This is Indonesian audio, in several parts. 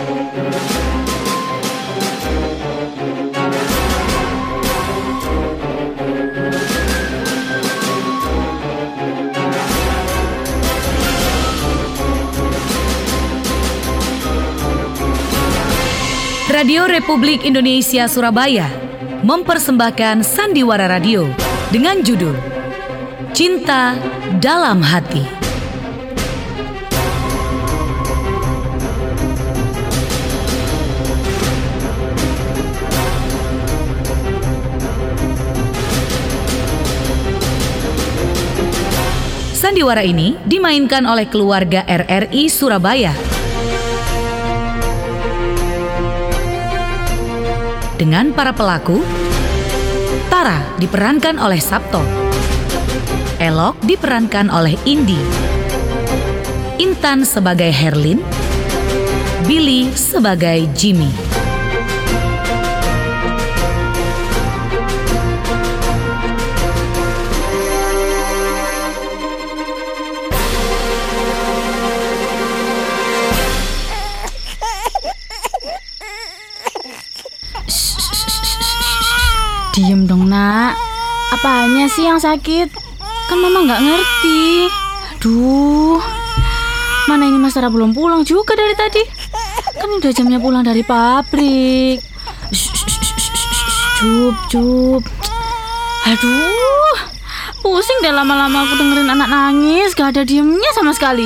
Radio Republik Indonesia Surabaya mempersembahkan Sandiwara Radio dengan judul Cinta Dalam Hati. Sandiwara ini dimainkan oleh keluarga RRI Surabaya dengan para pelaku. Tara diperankan oleh Sabto, Elok diperankan oleh Indi, Intan sebagai Herlin, Billy sebagai Jimmy. Diem dong nak, apanya sih yang sakit? Kan mama gak ngerti. Aduh, mana ini Mas Tara belum pulang juga dari tadi. Kan udah jamnya pulang dari pabrik. Cup. Aduh, pusing deh lama-lama aku dengerin anak nangis. Gak ada diemnya sama sekali.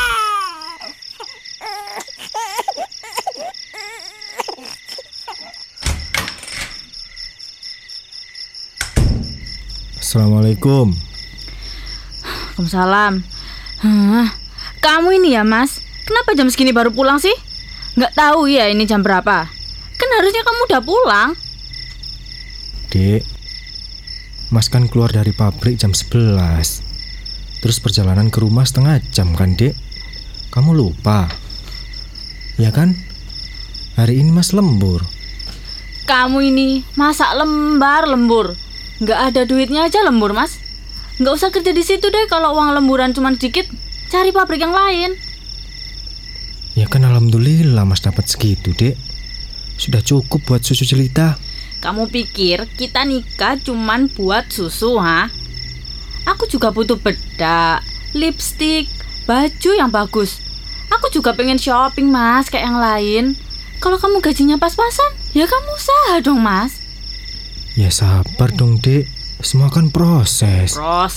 Assalamualaikum. Waalaikumsalam. Kamu ini ya Mas, kenapa jam segini baru pulang sih? Nggak tahu ya ini jam berapa? Kan harusnya kamu udah pulang. Dek, Mas kan keluar dari pabrik jam 11. Terus perjalanan ke rumah setengah jam kan Dek? Kamu lupa? Ya kan? Hari ini Mas lembur. Kamu ini masak lembur. Nggak ada duitnya aja lembur Mas. Nggak usah kerja di situ deh kalau uang lemburan cuma sedikit. Cari pabrik yang lain. Ya kan alhamdulillah Mas dapat segitu Dek. Sudah cukup buat susu jelita. Kamu pikir kita nikah cuman buat susu ha? Aku juga butuh bedak, lipstik, baju yang bagus. Aku juga pengen shopping Mas kayak yang lain. Kalau kamu gajinya pas-pasan, ya kamu usaha dong Mas. Ya sabar dong Dek, semua kan proses.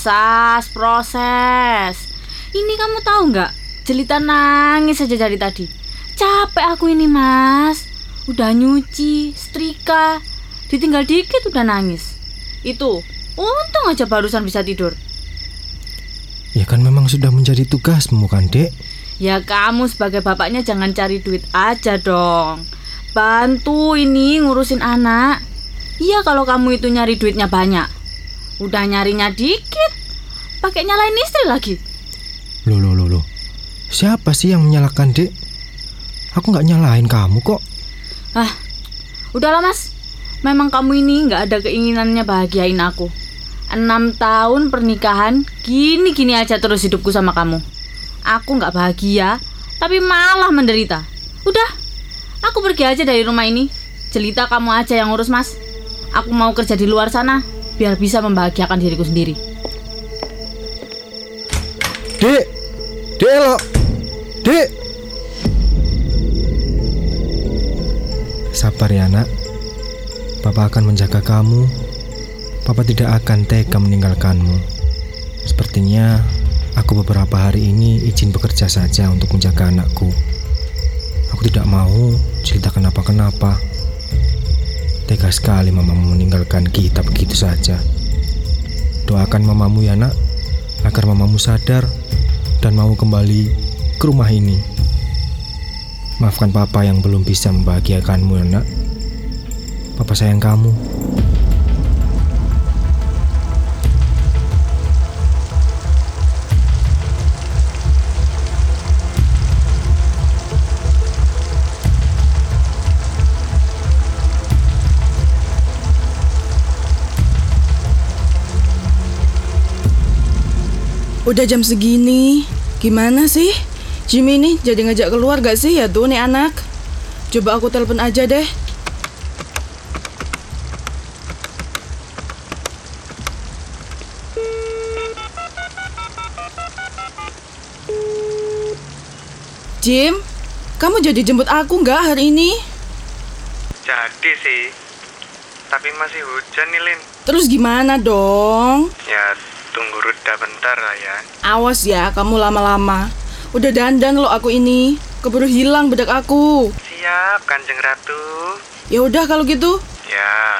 Proses. Ini kamu tahu nggak? Jelita nangis saja dari tadi. Capek aku ini Mas. Udah nyuci, setrika, ditinggal dikit udah nangis. Itu, untung aja barusan bisa tidur. Ya kan memang sudah menjadi tugasmu kan Dek. Ya kamu sebagai bapaknya jangan cari duit aja dong. Bantu ini ngurusin anak. Iya kalau kamu itu nyari duitnya banyak. Udah nyarinya dikit, pakai nyalain istri lagi. Loh. Siapa sih yang menyalahkan Dek? Aku gak nyalahin kamu kok. Udahlah Mas. Memang kamu ini gak ada keinginannya bahagiain aku. 6 tahun pernikahan, gini-gini aja terus hidupku sama kamu. Aku gak bahagia, tapi malah menderita. Udah, aku pergi aja dari rumah ini. Jelita kamu aja yang ngurus Mas. Aku mau kerja di luar sana biar bisa membahagiakan diriku sendiri. Dek Elok, Dek. Sabar ya nak. Papa akan menjaga kamu. Papa tidak akan tega meninggalkanmu. Sepertinya aku beberapa hari ini izin bekerja saja untuk menjaga anakku. Aku tidak mau cerita kenapa-kenapa. Tega sekali mamamu meninggalkan kita begitu saja. Doakan mamamu ya nak, agar mamamu sadar dan mau kembali ke rumah ini. Maafkan papa yang belum bisa membahagiakanmu ya nak. Papa sayang kamu. Udah jam segini, gimana sih? Jimmy nih jadi ngajak keluar gak sih ya tuh nih anak? Coba aku telepon aja deh. Jim, kamu jadi jemput aku nggak hari ini? Jadi sih, tapi masih hujan nih, Lin. Terus gimana dong? Ya, tunggu reda bentar lah ya. Awas ya, kamu lama-lama. Udah dandan lo aku ini. Keburu hilang bedak aku. Siap, Kanjeng Ratu. Ya udah kalau gitu. Ya.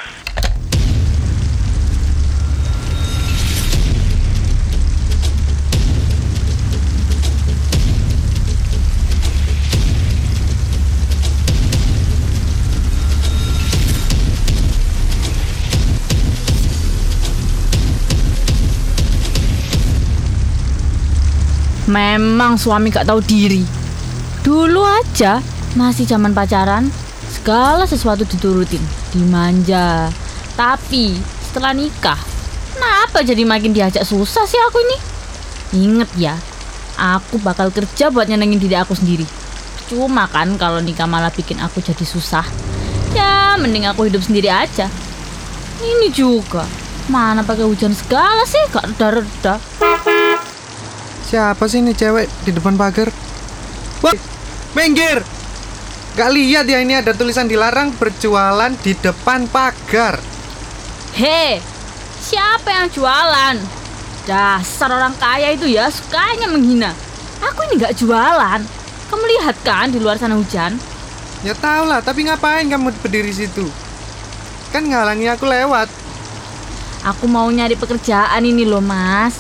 Memang suami gak tahu diri. Dulu aja masih zaman pacaran, segala sesuatu diturutin, dimanja. Tapi setelah nikah, kenapa jadi makin diajak susah sih aku ini? Ingat ya, aku bakal kerja buat nyenengin diri aku sendiri. Cuma kan kalau nikah malah bikin aku jadi susah. Ya mending aku hidup sendiri aja. Ini juga, mana pakai hujan segala sih, gak reda-reda. Siapa sih ini cewek di depan pagar? Wah, minggir! Gak lihat ya ini ada tulisan dilarang berjualan di depan pagar. Hei, siapa yang jualan? Dasar orang kaya itu ya sukanya menghina. Aku ini gak jualan. Kamu lihat kan di luar sana hujan? Ya tau lah, tapi ngapain kamu berdiri situ? Kan ngalangi aku lewat. Aku mau nyari pekerjaan ini loh, Mas.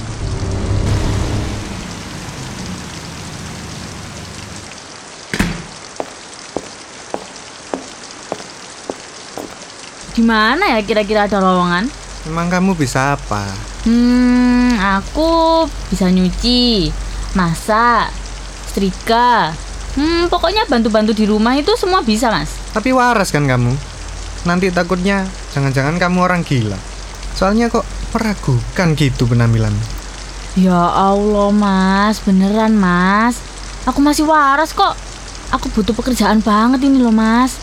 Di mana ya kira-kira ada lowongan? Emang kamu bisa apa? Aku bisa nyuci, masak, setrika. Pokoknya bantu-bantu di rumah itu semua bisa, Mas. Tapi waras kan kamu? Nanti takutnya jangan-jangan kamu orang gila. Soalnya kok meragukan gitu penampilan. Ya Allah, Mas, beneran, Mas. Aku masih waras kok. Aku butuh pekerjaan banget ini loh, Mas.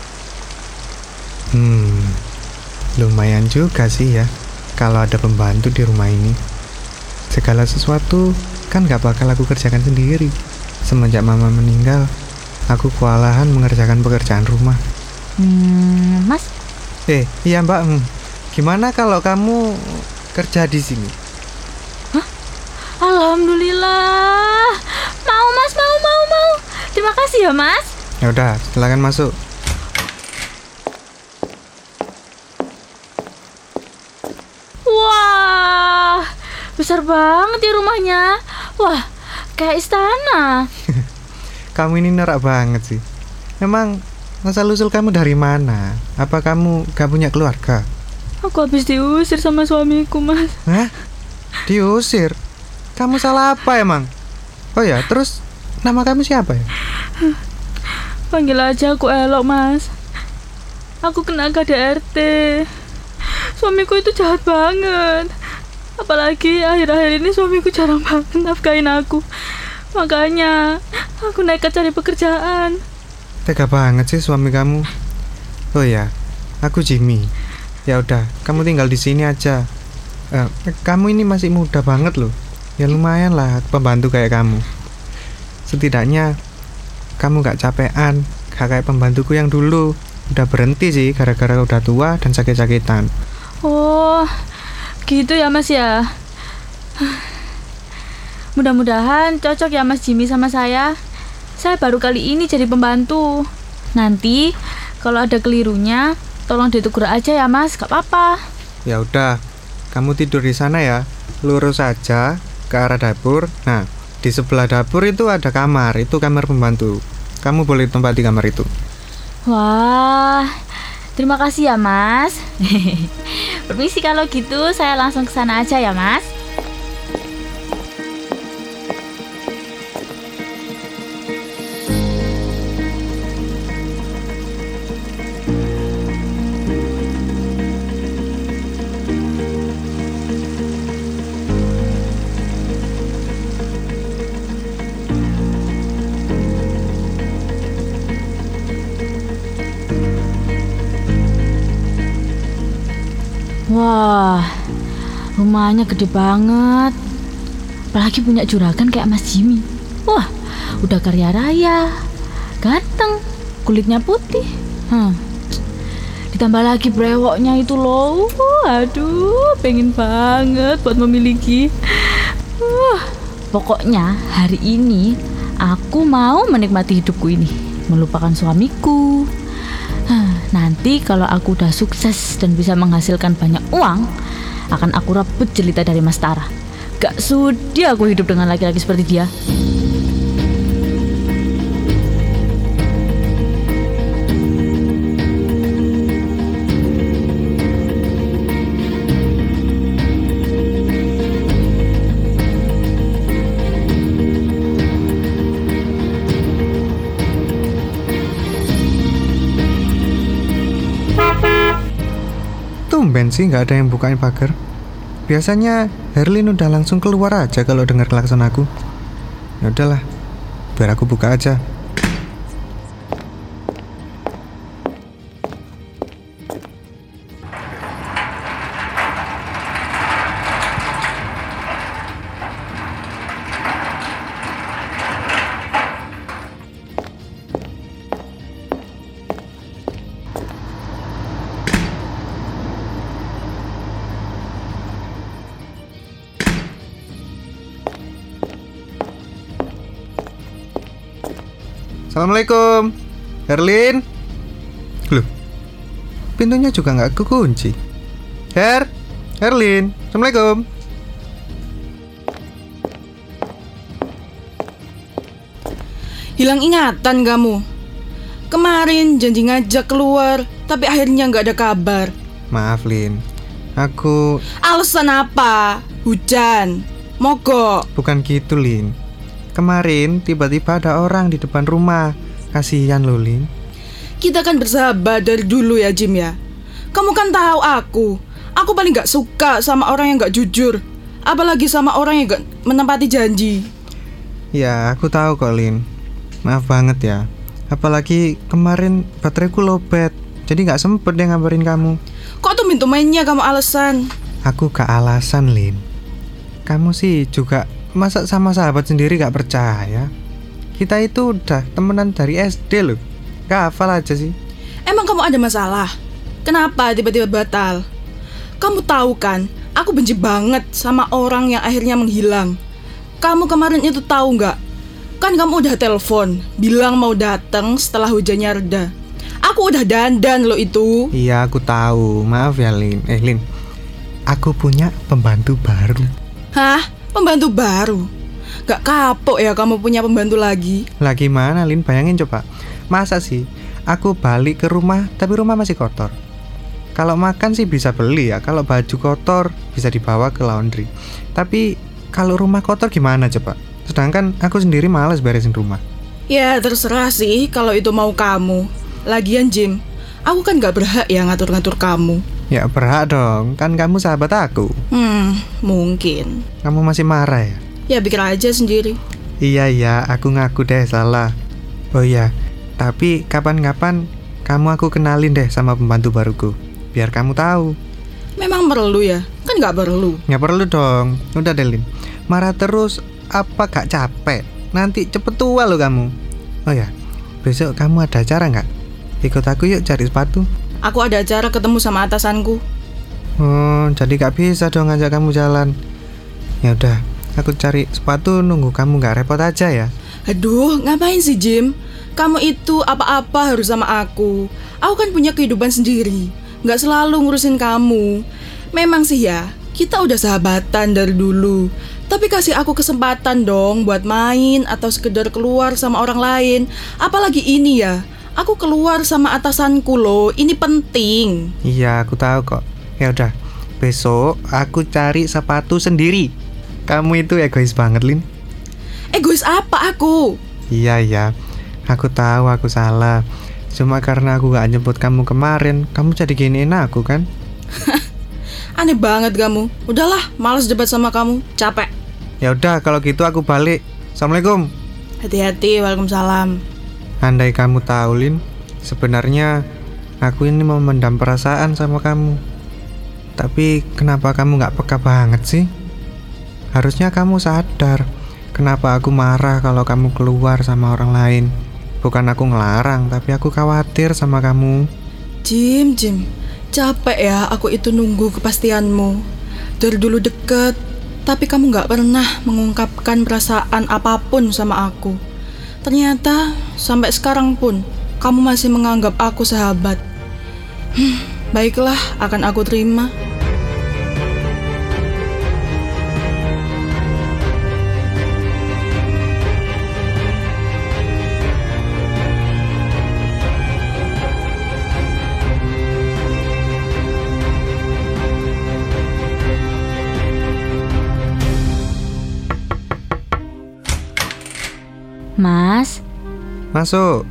Lumayan juga sih ya kalau ada pembantu di rumah ini. Segala sesuatu kan gak bakal aku kerjakan sendiri. Semenjak mama meninggal, aku kewalahan mengerjakan pekerjaan rumah. Mas? Iya mbak, gimana kalau kamu kerja di sini? Hah? Alhamdulillah. Mau Mas, mau. Terima kasih ya Mas. Ya udah, silakan masuk. Wah, besar banget ya rumahnya. Wah, kayak istana. Kamu ini norak banget sih. Emang asal-usul kamu dari mana? Apa kamu gak punya keluarga? Aku habis diusir sama suamiku, Mas. Hah? Diusir? Kamu salah apa emang? Oh ya, terus nama kamu siapa ya? Panggil aja aku Elok, Mas. Aku kena KDRT. Suamiku itu jahat banget. Apalagi akhir-akhir ini suamiku jarang banget nafkahin aku. Makanya aku nekat cari pekerjaan. Tega banget sih suami kamu. Oh ya, aku Jimmy. Ya udah, kamu tinggal di sini aja. Kamu ini masih muda banget loh. Ya lumayan lah pembantu kayak kamu. Setidaknya kamu gak capean, gak kayak pembantuku yang dulu. Udah berhenti sih gara-gara udah tua dan sakit-sakitan. Oh, gitu ya Mas ya. Mudah-mudahan cocok ya Mas Jimmy sama saya. Saya baru kali ini jadi pembantu. Nanti kalau ada kelirunya, tolong ditegur aja ya Mas, gak apa-apa. Ya udah, kamu tidur di sana ya. Lurus aja ke arah dapur. Nah, di sebelah dapur itu ada kamar. Itu kamar pembantu. Kamu boleh tempati kamar itu. Wah, terima kasih ya Mas. Permisi kalau gitu, saya langsung ke sana aja ya Mas. Wah, rumahnya gede banget. Apalagi punya juragan kayak Mas Jimmy. Wah, udah kaya raya, ganteng, kulitnya putih. Ditambah lagi brewoknya itu loh. Aduh, pengen banget buat memiliki. Pokoknya hari ini aku mau menikmati hidupku ini, melupakan suamiku. Nanti kalau aku udah sukses dan bisa menghasilkan banyak uang, akan aku rebut jelita dari Mas Tara. Gak sudi aku hidup dengan laki-laki seperti dia. Tumben sih nggak ada yang bukain pagar. Biasanya Herlin udah langsung keluar aja kalau dengar klakson aku. Ya udahlah, biar aku buka aja. Assalamualaikum, Herlin. Loh, pintunya juga nggak kekunci. Herlin, Assalamualaikum. Hilang ingatan kamu. Kemarin janji ngajak keluar, tapi akhirnya nggak ada kabar. Maaf, Lin. Aku... Alasan apa? Hujan? Mogok? Bukan gitu, Lin. Kemarin tiba-tiba ada orang di depan rumah. Kasihan lo, Lin. Kita kan bersahabat dari dulu ya, Jim ya. Kamu kan tahu aku paling gak suka sama orang yang gak jujur. Apalagi sama orang yang gak menepati janji. Ya, aku tahu kok, Lin. Maaf banget ya. Apalagi kemarin bateraiku lowbat, jadi gak sempet deh ngabarin kamu. Kok tuh mainnya kamu alasan? Aku gak alasan, Lin. Kamu sih juga masa sama sahabat sendiri gak percaya? Kita itu udah temenan dari SD loh. Gak hafal aja sih. Emang kamu ada masalah? Kenapa tiba-tiba batal? Kamu tahu kan, aku benci banget sama orang yang akhirnya menghilang. Kamu kemarin itu tahu gak? Kan kamu udah telepon, bilang mau datang setelah hujannya reda. Aku udah dandan lo itu. Iya, aku tahu. Maaf ya, Lin. Lin, aku punya pembantu baru. Hah? Pembantu baru? Gak kapok ya kamu punya pembantu lagi? Lagi mana, Lin? Bayangin coba. Masa sih aku balik ke rumah tapi rumah masih kotor? Kalau makan sih bisa beli ya. Kalau baju kotor bisa dibawa ke laundry. Tapi kalau rumah kotor gimana coba? Sedangkan aku sendiri malas beresin rumah. Ya terserah sih kalau itu mau kamu. Lagian Jim, aku kan gak berhak ya ngatur-ngatur kamu. Ya berhak dong, kan kamu sahabat aku. Mungkin. Kamu masih marah ya? Ya pikir aja sendiri. Iya, aku ngaku deh salah. Oh iya, tapi kapan-kapan kamu aku kenalin deh sama pembantu baruku, biar kamu tahu. Memang perlu ya? Kan gak perlu. Gak perlu dong, udah deh, Lin. Marah terus apa gak capek? Nanti cepet tua lo kamu. Oh ya, besok kamu ada acara gak? Ikut aku yuk cari sepatu. Aku ada acara ketemu sama atasanku. Oh, jadi gak bisa dong ngajak kamu jalan. Ya udah, aku cari sepatu nunggu kamu gak repot aja ya. Aduh, ngapain sih Jim? Kamu itu apa-apa harus sama aku. Aku kan punya kehidupan sendiri, gak selalu ngurusin kamu. Memang sih ya, kita udah sahabatan dari dulu. Tapi kasih aku kesempatan dong buat main atau sekedar keluar sama orang lain. Apalagi ini ya, aku keluar sama atasanku loh, ini penting. Iya, aku tahu kok. Ya udah, besok aku cari sepatu sendiri. Kamu itu egois banget, Lin. Egois apa aku? Iya, aku tahu aku salah. Cuma karena aku gak nyebut kamu kemarin, kamu jadi giniin aku kan? Aneh banget kamu. Udahlah, malas debat sama kamu, capek. Ya udah, kalau gitu aku balik. Assalamualaikum. Hati-hati, waalaikumsalam. Andai kamu tahu, Lin, sebenarnya aku ini memendam perasaan sama kamu. Tapi kenapa kamu gak peka banget sih? Harusnya kamu sadar kenapa aku marah kalau kamu keluar sama orang lain. Bukan aku ngelarang, tapi aku khawatir sama kamu. Jim, capek ya aku itu nunggu kepastianmu. Dari dulu deket, tapi kamu gak pernah mengungkapkan perasaan apapun sama aku. Ternyata sampai sekarang pun kamu masih menganggap aku sahabat. Baiklah, akan aku terima. Mas, Masuk.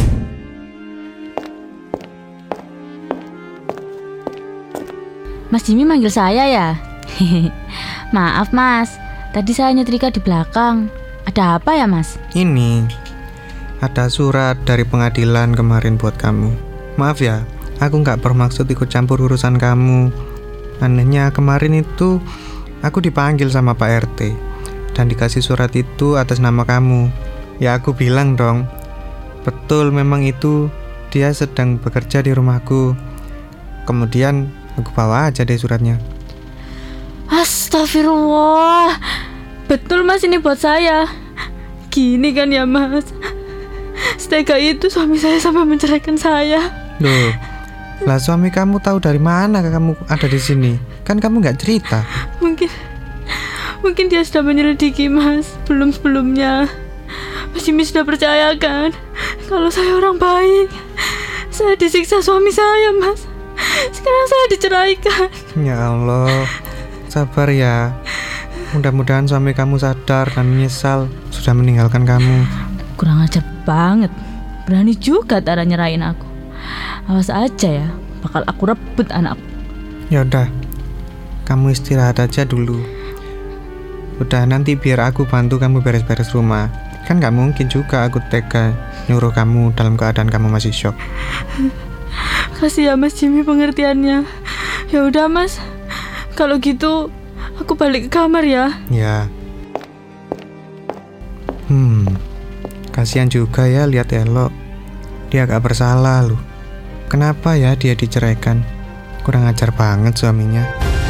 Mas Jimmy manggil saya ya? Maaf Mas, tadi saya nyetrika di belakang. Ada apa ya Mas? Ini ada surat dari pengadilan kemarin buat kamu. Maaf ya, aku gak bermaksud ikut campur urusan kamu. Anehnya kemarin itu aku dipanggil sama Pak RT dan dikasih surat itu atas nama kamu. Ya aku bilang dong, betul memang itu dia sedang bekerja di rumahku. Kemudian aku bawa aja deh suratnya. Astagfirullah, betul Mas ini buat saya. Gini kan ya Mas, setega itu suami saya sampai menceraikan saya. Loh, lah suami kamu tahu dari mana kamu ada di sini? Kan kamu nggak cerita. Mungkin dia sudah menyelidiki Mas sebelumnya. Mas Jimmy sudah percaya kan kalau saya orang baik. Saya disiksa suami saya Mas. Sekarang saya diceraikan. Ya Allah, sabar ya. Mudah-mudahan suami kamu sadar dan menyesal sudah meninggalkan kamu. Kurang ajar banget. Berani juga Tara nyerahin aku. Awas aja ya, bakal aku rebut anakku. Ya udah, kamu istirahat aja dulu. Udah, nanti biar aku bantu kamu beres-beres rumah. Kan gak mungkin juga aku tega nyuruh kamu dalam keadaan kamu masih shock. Kasih ya Mas Jimmy pengertiannya. Ya udah Mas, kalau gitu aku balik ke kamar ya. Ya. Kasihan juga ya lihat Elo. Dia gak bersalah loh. Kenapa ya dia diceraikan? Kurang ajar banget suaminya.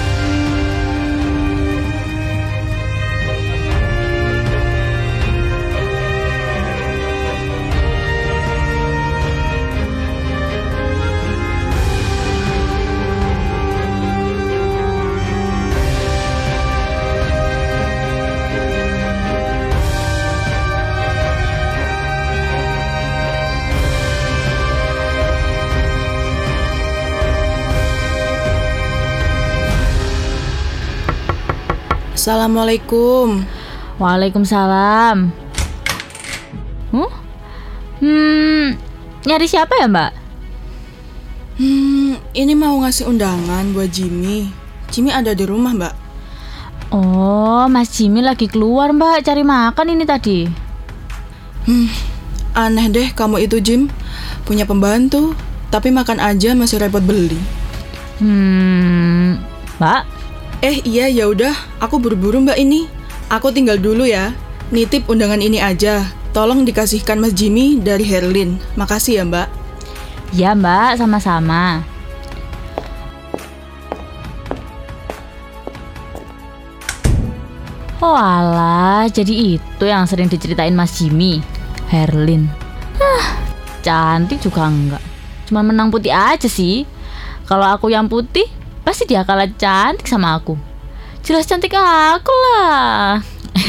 Assalamualaikum. Waalaikumsalam. Nyari siapa ya Mbak? Ini mau ngasih undangan buat Jimmy. Jimmy ada di rumah Mbak. Oh, Mas Jimmy lagi keluar Mbak, cari makan ini tadi. Aneh deh kamu itu Jim. Punya pembantu, tapi makan aja masih repot beli. Mbak? Iya ya udah, aku buru-buru Mbak ini. Aku tinggal dulu ya. Nitip undangan ini aja. Tolong dikasihkan Mas Jimmy dari Herlin. Makasih ya Mbak. Ya Mbak, sama-sama. Oh alah, jadi itu yang sering diceritain Mas Jimmy, Herlin. Cantik juga enggak. Cuma menang putih aja sih. Kalau aku yang putih, pasti dia kalah cantik sama aku. Jelas cantik aku lah.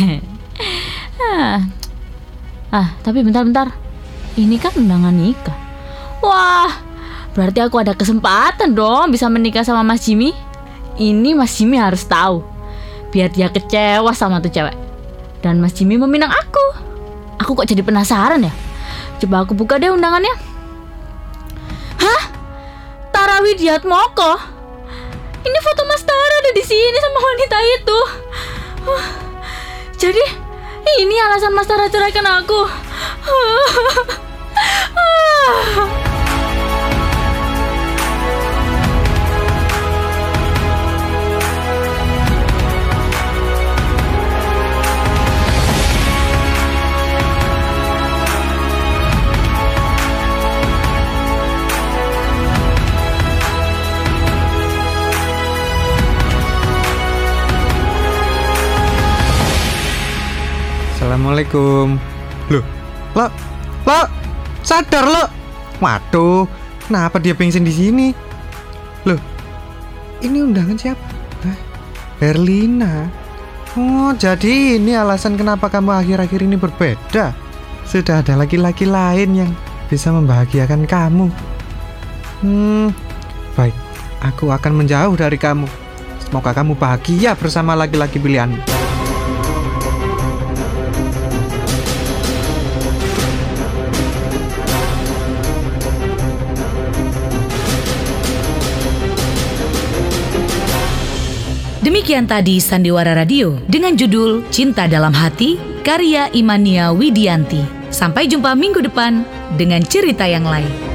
Tapi bentar. Ini kan undangan nikah. Wah, berarti aku ada kesempatan dong bisa menikah sama Mas Jimmy. Ini Mas Jimmy harus tahu, biar dia kecewa sama tuh cewek. Dan Mas Jimmy meminang aku. Aku kok jadi penasaran ya. Coba aku buka deh undangannya. Hah? Tara Widiatmoko. Ini foto Mas Tara ada di sini sama wanita itu. Jadi ini alasan Mas Tara ceraikan aku. Assalamualaikum. Loh, lo, sadar lo. Waduh, kenapa dia pingsan di sini? Loh, ini undangan siapa? Herlina. Oh, jadi ini alasan kenapa kamu akhir-akhir ini berbeda. Sudah ada laki-laki lain yang bisa membahagiakan kamu. Baik, aku akan menjauh dari kamu. Semoga kamu bahagia bersama laki-laki pilihanmu. Demikian tadi Sandiwara Radio dengan judul Cinta Dalam Hati, karya Imania Widianti. Sampai jumpa minggu depan dengan cerita yang lain.